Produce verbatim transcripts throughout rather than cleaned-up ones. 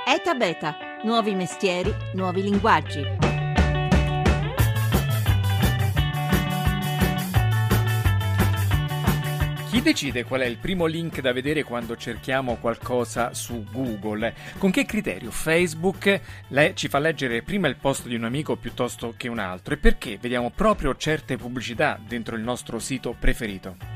ETA Beta, nuovi mestieri, nuovi linguaggi. Chi decide qual è il primo link da vedere quando cerchiamo qualcosa su Google? Con che criterio Facebook le- ci fa leggere prima il post di un amico piuttosto che un altro? E perché vediamo proprio certe pubblicità dentro il nostro sito preferito?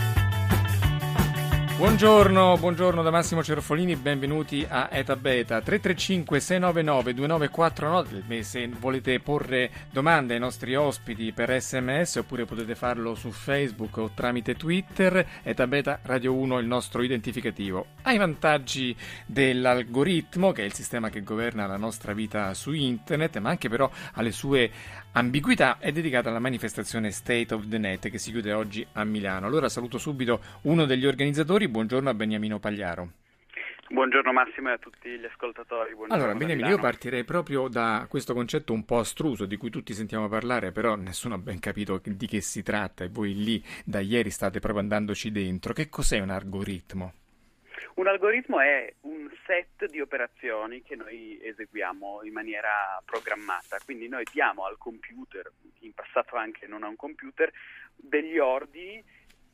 Buongiorno, buongiorno da Massimo Cerofolini, benvenuti a ETA Beta. Tre tre cinque sei nove nove due nove quattro nove. Se volete porre domande ai nostri ospiti per sms, oppure potete farlo su Facebook o tramite Twitter. ETA Beta Radio uno il nostro identificativo. Ai vantaggi dell'algoritmo, che è il sistema che governa la nostra vita su internet, ma anche però alle sue ambiguità, è dedicata alla manifestazione State of the Net che si chiude oggi a Milano. Allora saluto subito uno degli organizzatori. Buongiorno a Beniamino Pagliaro. Buongiorno Massimo e a tutti gli ascoltatori. Buongiorno. Allora, Beniamino, io partirei proprio da questo concetto un po' astruso di cui tutti sentiamo parlare, però nessuno ha ben capito di che si tratta e voi lì da ieri state proprio andandoci dentro. Che cos'è un algoritmo? Un algoritmo è un set di operazioni che noi eseguiamo in maniera programmata, quindi noi diamo al computer, in passato anche non a un computer, degli ordini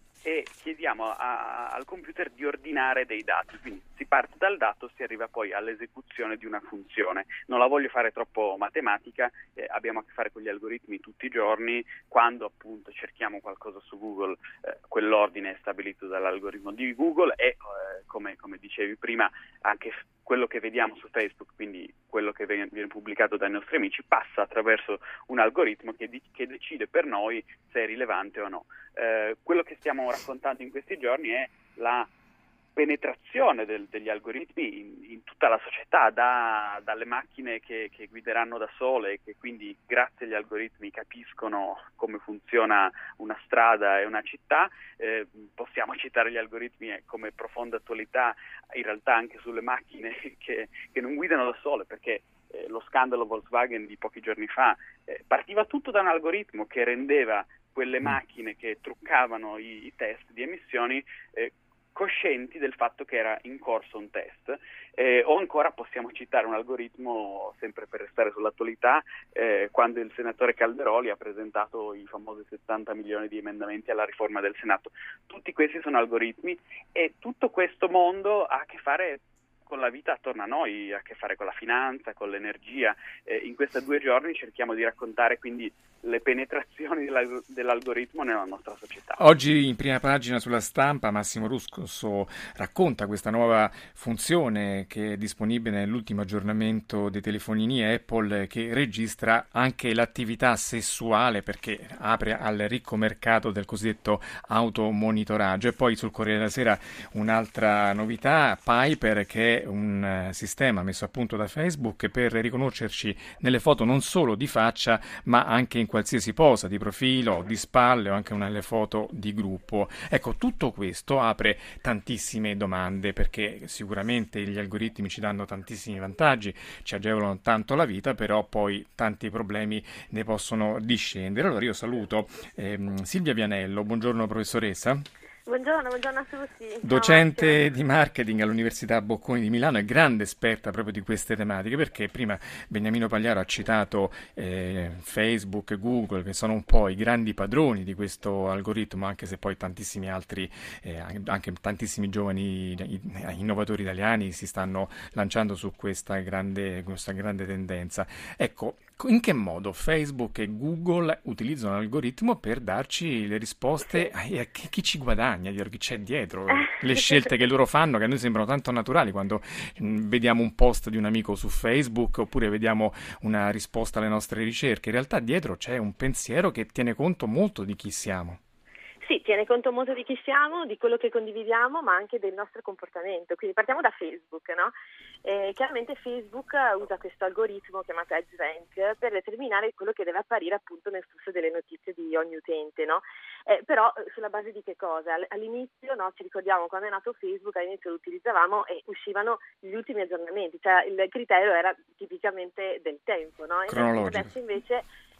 e chiediamo a, al computer di ordinare dei dati, quindi si parte dal dato, si arriva poi all'esecuzione di una funzione. Non la voglio fare troppo matematica, eh, abbiamo a che fare con gli algoritmi tutti i giorni, quando appunto cerchiamo qualcosa su Google, eh, quell'ordine è stabilito dall'algoritmo di Google e eh, come, come dicevi prima anche quello che vediamo su Facebook, quindi quello che viene, viene pubblicato dai nostri amici, passa attraverso un algoritmo che, di, che decide per noi se è rilevante o no. Eh, quello che stiamo raccontando in questi giorni è la penetrazione del, degli algoritmi in, in tutta la società, da, dalle macchine che, che guideranno da sole e che quindi grazie agli algoritmi capiscono come funziona una strada e una città. Eh, possiamo citare gli algoritmi come profonda attualità in realtà anche sulle macchine che, che non guidano da sole, perché eh, lo scandalo Volkswagen di pochi giorni fa eh, partiva tutto da un algoritmo che rendeva quelle macchine che truccavano i, i test di emissioni eh, coscienti del fatto che era in corso un test, eh, o ancora possiamo citare un algoritmo, sempre per restare sull'attualità, eh, quando il senatore Calderoli ha presentato i famosi settanta milioni di emendamenti alla riforma del Senato. Tutti questi sono algoritmi e tutto questo mondo ha a che fare con la vita attorno a noi, ha a che fare con la finanza, con l'energia. Eh, in questi due giorni cerchiamo di raccontare quindi le penetrazioni dell'alg- dell'algoritmo nella nostra società. Oggi in prima pagina sulla Stampa Massimo Ruscoso racconta questa nuova funzione che è disponibile nell'ultimo aggiornamento dei telefonini Apple, che registra anche l'attività sessuale perché apre al ricco mercato del cosiddetto automonitoraggio. E poi sul Corriere della Sera un'altra novità, Piper, che è un sistema messo a punto da Facebook per riconoscerci nelle foto non solo di faccia ma anche in qualsiasi posa, di profilo, di spalle o anche nelle foto di gruppo. Ecco, tutto questo apre tantissime domande perché sicuramente gli algoritmi ci danno tantissimi vantaggi, ci agevolano tanto la vita, però poi tanti problemi ne possono discendere. Allora io saluto ehm, Silvia Vianello, buongiorno professoressa. Buongiorno, buongiorno a tutti. Docente di marketing all'Università Bocconi di Milano e grande esperta proprio di queste tematiche, perché prima Beniamino Pagliaro ha citato eh, Facebook e Google, che sono un po' i grandi padroni di questo algoritmo, anche se poi tantissimi altri, eh, anche tantissimi giovani innovatori italiani si stanno lanciando su questa grande, questa grande tendenza. Ecco, in che modo Facebook e Google utilizzano l'algoritmo per darci le risposte a chi ci guadagna, chi c'è dietro, le scelte che loro fanno, che a noi sembrano tanto naturali quando vediamo un post di un amico su Facebook oppure vediamo una risposta alle nostre ricerche. In realtà dietro c'è un pensiero che tiene conto molto di chi siamo. Sì, tiene conto molto di chi siamo, di quello che condividiamo, ma anche del nostro comportamento. Quindi partiamo da Facebook, no? Eh, chiaramente Facebook usa questo algoritmo chiamato EdgeRank per determinare quello che deve apparire appunto nel flusso delle notizie di ogni utente, no? Eh, però sulla base di che cosa? All'inizio, no, ci ricordiamo quando è nato Facebook, all'inizio lo utilizzavamo e uscivano gli ultimi aggiornamenti, cioè il criterio era tipicamente del tempo, no? Cronologico. Adesso invece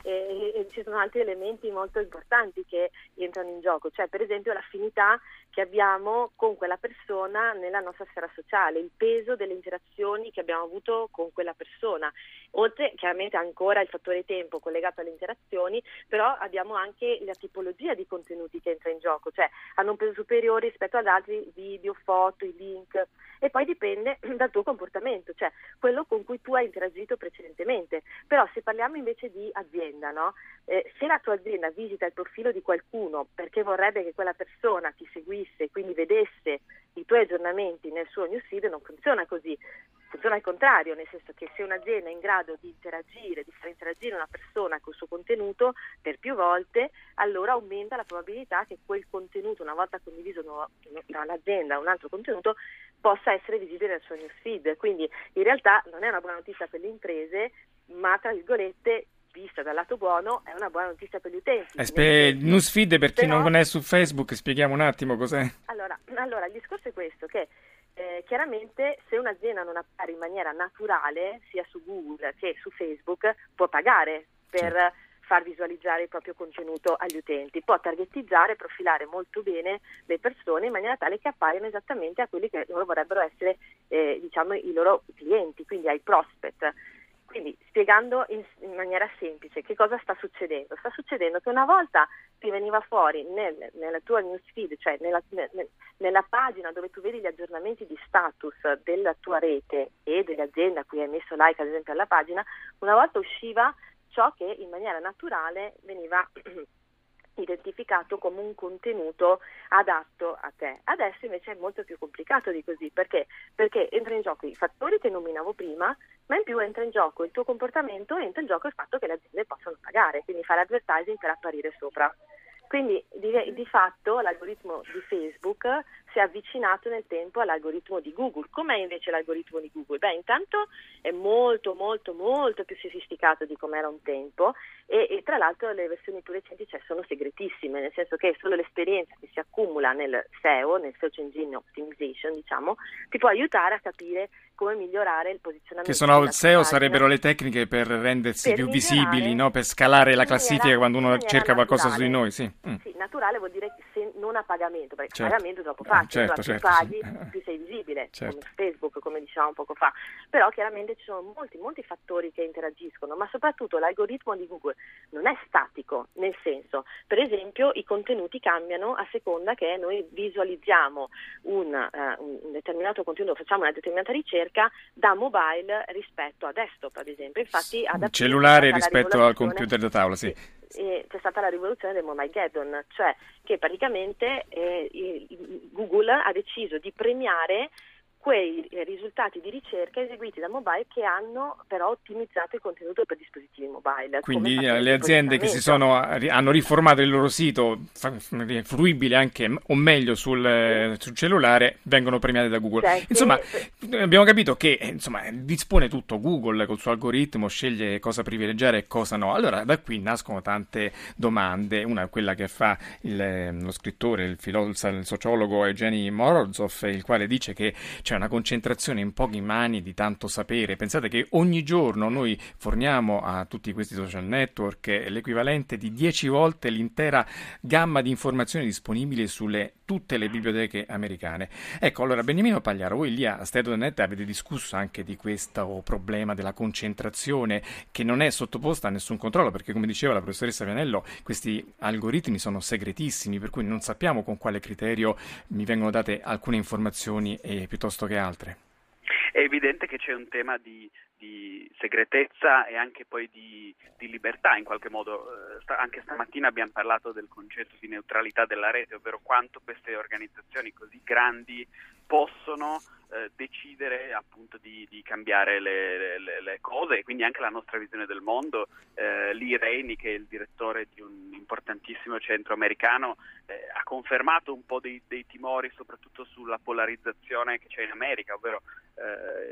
e, e ci sono altri elementi molto importanti che entrano in gioco, cioè per esempio l'affinità che abbiamo con quella persona nella nostra sfera sociale, il peso delle interazioni che abbiamo avuto con quella persona, oltre chiaramente ancora il fattore tempo collegato alle interazioni, però abbiamo anche la tipologia di contenuti che entra in gioco, cioè hanno un peso superiore rispetto ad altri video, foto, i link, e poi dipende dal tuo comportamento, cioè quello con cui tu hai interagito precedentemente. Però se parliamo invece di azienda, no? Eh, se la tua azienda visita il profilo di qualcuno perché vorrebbe che quella persona ti seguisse, quindi vedesse i tuoi aggiornamenti nel suo newsfeed, non funziona così. Funziona al contrario, nel senso che se un'azienda è in grado di interagire, di far interagire una persona col suo contenuto per più volte, allora aumenta la probabilità che quel contenuto, una volta condiviso dall'azienda, un altro contenuto, possa essere visibile nel suo newsfeed. Quindi in realtà non è una buona notizia per le imprese, ma tra virgolette, vista dal lato buono, è una buona notizia per gli utenti. Aspe- newsfeed, per chi Però, non è su Facebook, spieghiamo un attimo cos'è. Allora, allora il discorso è questo, che eh, chiaramente se un'azienda non appare in maniera naturale, sia su Google che su Facebook, può pagare per Certo. far visualizzare il proprio contenuto agli utenti, può targetizzare, profilare molto bene le persone in maniera tale che appaiano esattamente a quelli che loro vorrebbero essere eh, diciamo i loro clienti, quindi ai prospect. Quindi spiegando in, in maniera semplice che cosa sta succedendo? Sta succedendo che una volta ti veniva fuori nel, nella tua newsfeed, cioè nella, nel, nella pagina dove tu vedi gli aggiornamenti di status della tua rete e dell'azienda a cui hai messo like ad esempio alla pagina, una volta usciva ciò che in maniera naturale veniva identificato come un contenuto adatto a te. Adesso invece è molto più complicato di così, perché? Perché entra in gioco i fattori che nominavo prima, ma in più entra in gioco il tuo comportamento e entra in gioco il fatto che le aziende possono pagare, quindi fare advertising per apparire sopra. Quindi di, di fatto l'algoritmo di Facebook si è avvicinato nel tempo all'algoritmo di Google. Com'è invece l'algoritmo di Google? Beh, intanto è molto molto molto più sofisticato di com'era un tempo e, e tra l'altro le versioni più recenti cioè, sono segretissime, nel senso che solo l'esperienza che si accumula nel S E O, nel Search Engine Optimization, diciamo, ti può aiutare a capire come migliorare il posizionamento. Che sono il S E O, pagina. Sarebbero le tecniche per rendersi Per più migliorare, visibili, no? Per scalare la in maniera- classifica quando in uno maniera cerca qualcosa naturale. su di noi, sì. Mm. Sì, naturale vuol dire che se non a pagamento, perché Certo. a pagamento è troppo Eh, facile, certo, però più certo, paghi sì. più sei visibile, Certo. come Facebook, come dicevamo poco fa. Però chiaramente ci sono molti, molti fattori che interagiscono, ma soprattutto l'algoritmo di Google non è statico, nel senso, per esempio i contenuti cambiano a seconda che noi visualizziamo un, uh, un determinato contenuto, facciamo una determinata ricerca da mobile rispetto a desktop, ad esempio. Infatti ad Il aprile cellulare c'è stata la rispetto al rivoluzione- computer da tavola, sì. e c'è stata la rivoluzione del Momageddon, cioè che praticamente eh, il- Google ha deciso di premiare quei eh, risultati di ricerca eseguiti da mobile che hanno però ottimizzato il contenuto per dispositivi mobile. Quindi come eh, fattore le di aziende che si posizionamento. sono, hanno riformato il loro sito, fa- fruibile anche o meglio sul, eh, sul cellulare, vengono premiate da Google. Cioè, Insomma, se- abbiamo capito che eh, insomma, dispone tutto Google col suo algoritmo, sceglie cosa privilegiare e cosa no. Allora da qui nascono tante domande, una è quella che fa il, eh, lo scrittore, il, filosofo, il sociologo Evgeny Morozov, il quale dice che c'è una concentrazione in poche mani di tanto sapere. Pensate che ogni giorno noi forniamo a tutti questi social network l'equivalente di dieci volte l'intera gamma di informazioni disponibili sulle tutte le biblioteche americane. Ecco, allora Beniamino Pagliaro, voi lì a State punto net avete discusso anche di questo problema della concentrazione che non è sottoposta a nessun controllo, perché come diceva la professoressa Vianello, questi algoritmi sono segretissimi, per cui non sappiamo con quale criterio mi vengono date alcune informazioni eh, piuttosto che altre. È evidente che c'è un tema di, di segretezza e anche poi di, di libertà in qualche modo. Eh, sta, anche stamattina abbiamo parlato del concetto di neutralità della rete, ovvero quanto queste organizzazioni così grandi possono eh, decidere appunto di, di cambiare le, le, le cose e quindi anche la nostra visione del mondo. Eh, Lee Rainey, che è il direttore di un importantissimo centro americano, eh, ha confermato un po' dei, dei timori soprattutto sulla polarizzazione che c'è in America, ovvero eh, un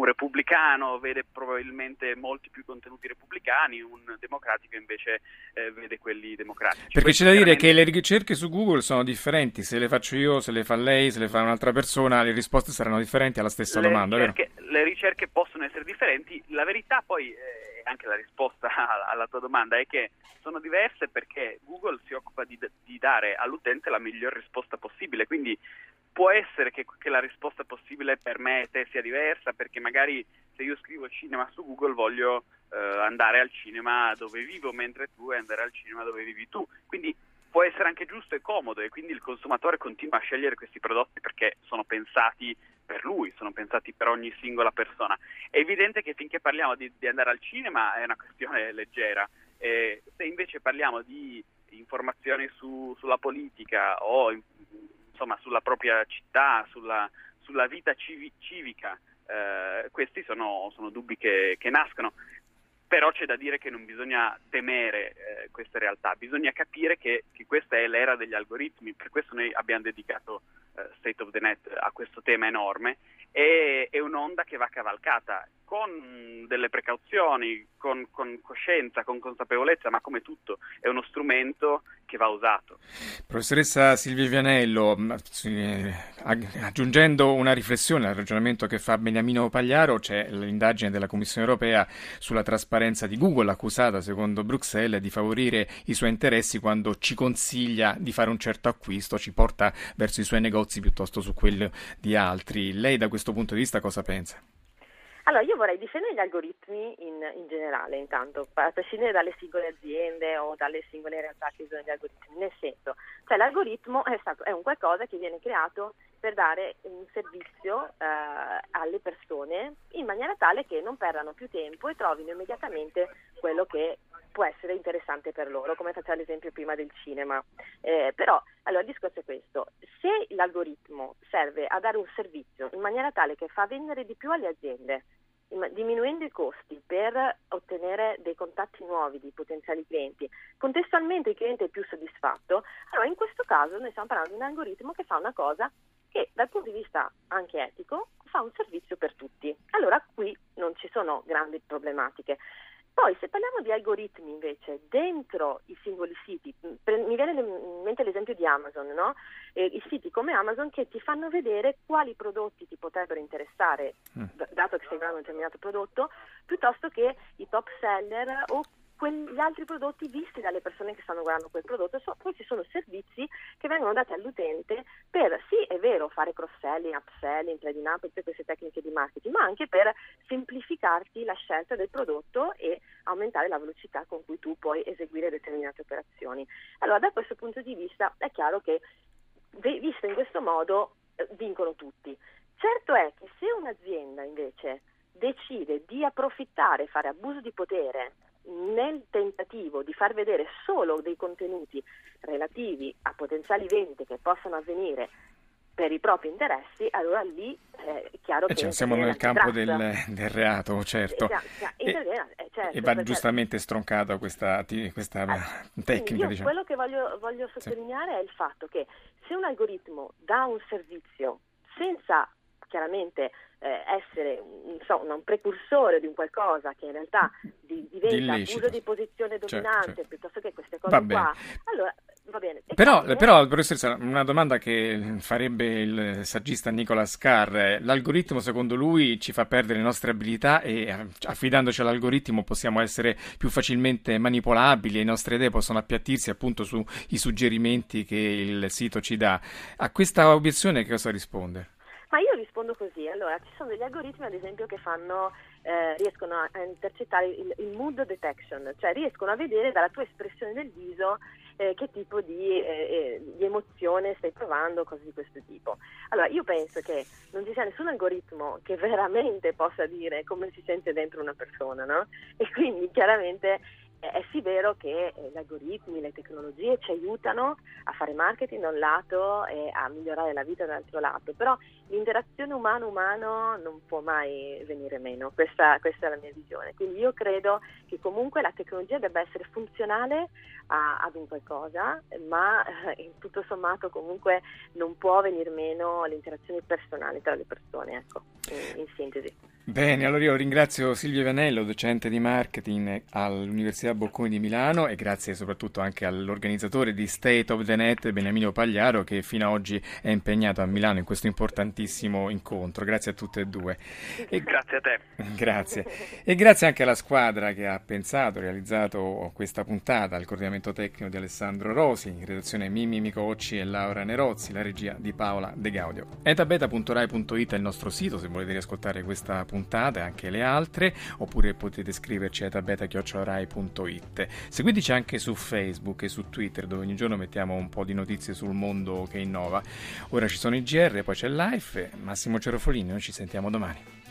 repubblicano vede probabilmente molti più contenuti repubblicani, un democratico invece eh, vede quelli democratici. Perché Questo c'è da dire chiaramente... che le ricerche su Google sono differenti, se le faccio io, se le fa lei, se le fa un'altra persona, le risposte saranno differenti alla stessa le domanda, ricerche, vero? Le ricerche possono essere differenti, la verità poi, eh, anche la risposta alla tua domanda, è che sono diverse perché Google si occupa di, di dare all'utente la miglior risposta possibile, quindi può essere che, che la risposta possibile per me e te sia diversa, perché magari se io scrivo cinema su Google voglio eh, andare al cinema dove vivo, mentre tu vuoi andare al cinema dove vivi tu, quindi può essere anche giusto e comodo, e quindi il consumatore continua a scegliere questi prodotti perché sono pensati per lui, sono pensati per ogni singola persona. È evidente che finché parliamo di, di andare al cinema è una questione leggera, eh, se invece parliamo di informazioni su, sulla politica o in, insomma sulla propria città, sulla, sulla vita civi, civica, eh, questi sono, sono dubbi che, che nascono. Però c'è da dire che non bisogna temere eh, queste realtà, bisogna capire che, che questa è l'era degli algoritmi, per questo noi abbiamo dedicato eh, State of the Net a questo tema enorme, e è un'onda che va cavalcata con delle precauzioni, con, con coscienza, con consapevolezza, ma come tutto è uno strumento che va usato. Professoressa Silvia Vianello, aggiungendo una riflessione al ragionamento che fa Beniamino Pagliaro, c'è l'indagine della Commissione Europea sulla trasparenza di Google, accusata secondo Bruxelles di favorire i suoi interessi quando ci consiglia di fare un certo acquisto, ci porta verso i suoi negozi piuttosto su quelli di altri. Lei da questo punto di vista cosa pensa? Allora, io vorrei difendere gli algoritmi in, in generale, intanto, a prescindere dalle singole aziende o dalle singole realtà che usano gli algoritmi, nel senso, cioè l'algoritmo è, stato, è un qualcosa che viene creato per dare un servizio eh, alle persone in maniera tale che non perdano più tempo e trovino immediatamente quello che può essere interessante per loro, come faceva l'esempio prima del cinema. Eh, però, allora, il discorso è questo: se l'algoritmo serve a dare un servizio in maniera tale che fa vendere di più alle aziende, diminuendo i costi per ottenere dei contatti nuovi di potenziali clienti, contestualmente il cliente è più soddisfatto, allora in questo caso noi stiamo parlando di un algoritmo che fa una cosa che dal punto di vista anche etico fa un servizio per tutti. Allora qui non ci sono grandi problematiche. Poi se parliamo di algoritmi invece dentro i singoli siti, mi viene in mente l'esempio di Amazon, no? Eh, i siti come Amazon che ti fanno vedere quali prodotti ti potrebbero interessare, mm. dato che stai guardando un determinato prodotto, piuttosto che i top seller o quegli altri prodotti visti dalle persone che stanno guardando quel prodotto. So, poi ci sono servizi che vengono dati all'utente per, sì è vero, fare cross-selling, upselling, trading up, tutte queste tecniche di marketing, ma anche per semplificarti la scelta del prodotto e aumentare la velocità con cui tu puoi eseguire determinate operazioni. Allora da questo punto di vista è chiaro che visto in questo modo eh, vincono tutti. Certo è che se un'azienda invece decide di approfittare, fare abuso di potere nel tentativo di far vedere solo dei contenuti relativi a potenziali vendite che possano avvenire per i propri interessi, allora lì è chiaro e che cioè, siamo nel campo del, del reato, certo, e, e, certo, e va giustamente stroncata questa, questa allora, tecnica. Io diciamo. Quello che voglio, voglio sottolineare sì. è il fatto che se un algoritmo dà un servizio senza chiaramente eh, essere so, un precursore di un qualcosa che in realtà di, diventa di abuso di posizione dominante, certo, certo. piuttosto che queste cose va qua, bene. allora va bene. Però, come... però, professoressa, una domanda che farebbe il saggista Nicolas Carr: l'algoritmo secondo lui ci fa perdere le nostre abilità e affidandoci all'algoritmo possiamo essere più facilmente manipolabili e le nostre idee possono appiattirsi appunto sui suggerimenti che il sito ci dà. A questa obiezione che cosa risponde? Ma io rispondo così. Allora, ci sono degli algoritmi ad esempio che fanno eh, riescono a, a intercettare il, il mood detection, cioè riescono a vedere dalla tua espressione del viso eh, che tipo di, eh, di emozione stai provando, cose di questo tipo. Allora, io penso che non ci sia nessun algoritmo che veramente possa dire come si sente dentro una persona, no? E quindi chiaramente è sì vero che gli algoritmi, le tecnologie ci aiutano a fare marketing da un lato e a migliorare la vita dall'altro lato, però l'interazione umano-umano non può mai venire meno, questa, questa è la mia visione. Quindi io credo che comunque la tecnologia debba essere funzionale a, ad un qualcosa, ma eh, tutto sommato comunque non può venir meno l'interazione personale tra le persone, ecco, in, in sintesi. Bene, allora io ringrazio Silvio Vanello, docente di marketing all'Università Bocconi di Milano, e grazie soprattutto anche all'organizzatore di State of the Net, Beniamino Pagliaro, che fino ad oggi è impegnato a Milano in questo importantissimo incontro. Grazie a tutte e due. E grazie a te. Grazie. E grazie anche alla squadra che ha pensato, realizzato questa puntata, al coordinamento tecnico di Alessandro Rosi, in redazione Mimmi Micocci e Laura Nerozzi, la regia di Paola De Gaudio. etabeta punto rai punto it è il nostro sito se volete riascoltare questa puntata puntate, anche le altre, oppure potete scriverci a etabeta chiocciola rai punto it. Seguiteci anche su Facebook e su Twitter, dove ogni giorno mettiamo un po' di notizie sul mondo che innova. Ora ci sono i G R, poi c'è Life. Massimo Cerofolini, noi ci sentiamo domani.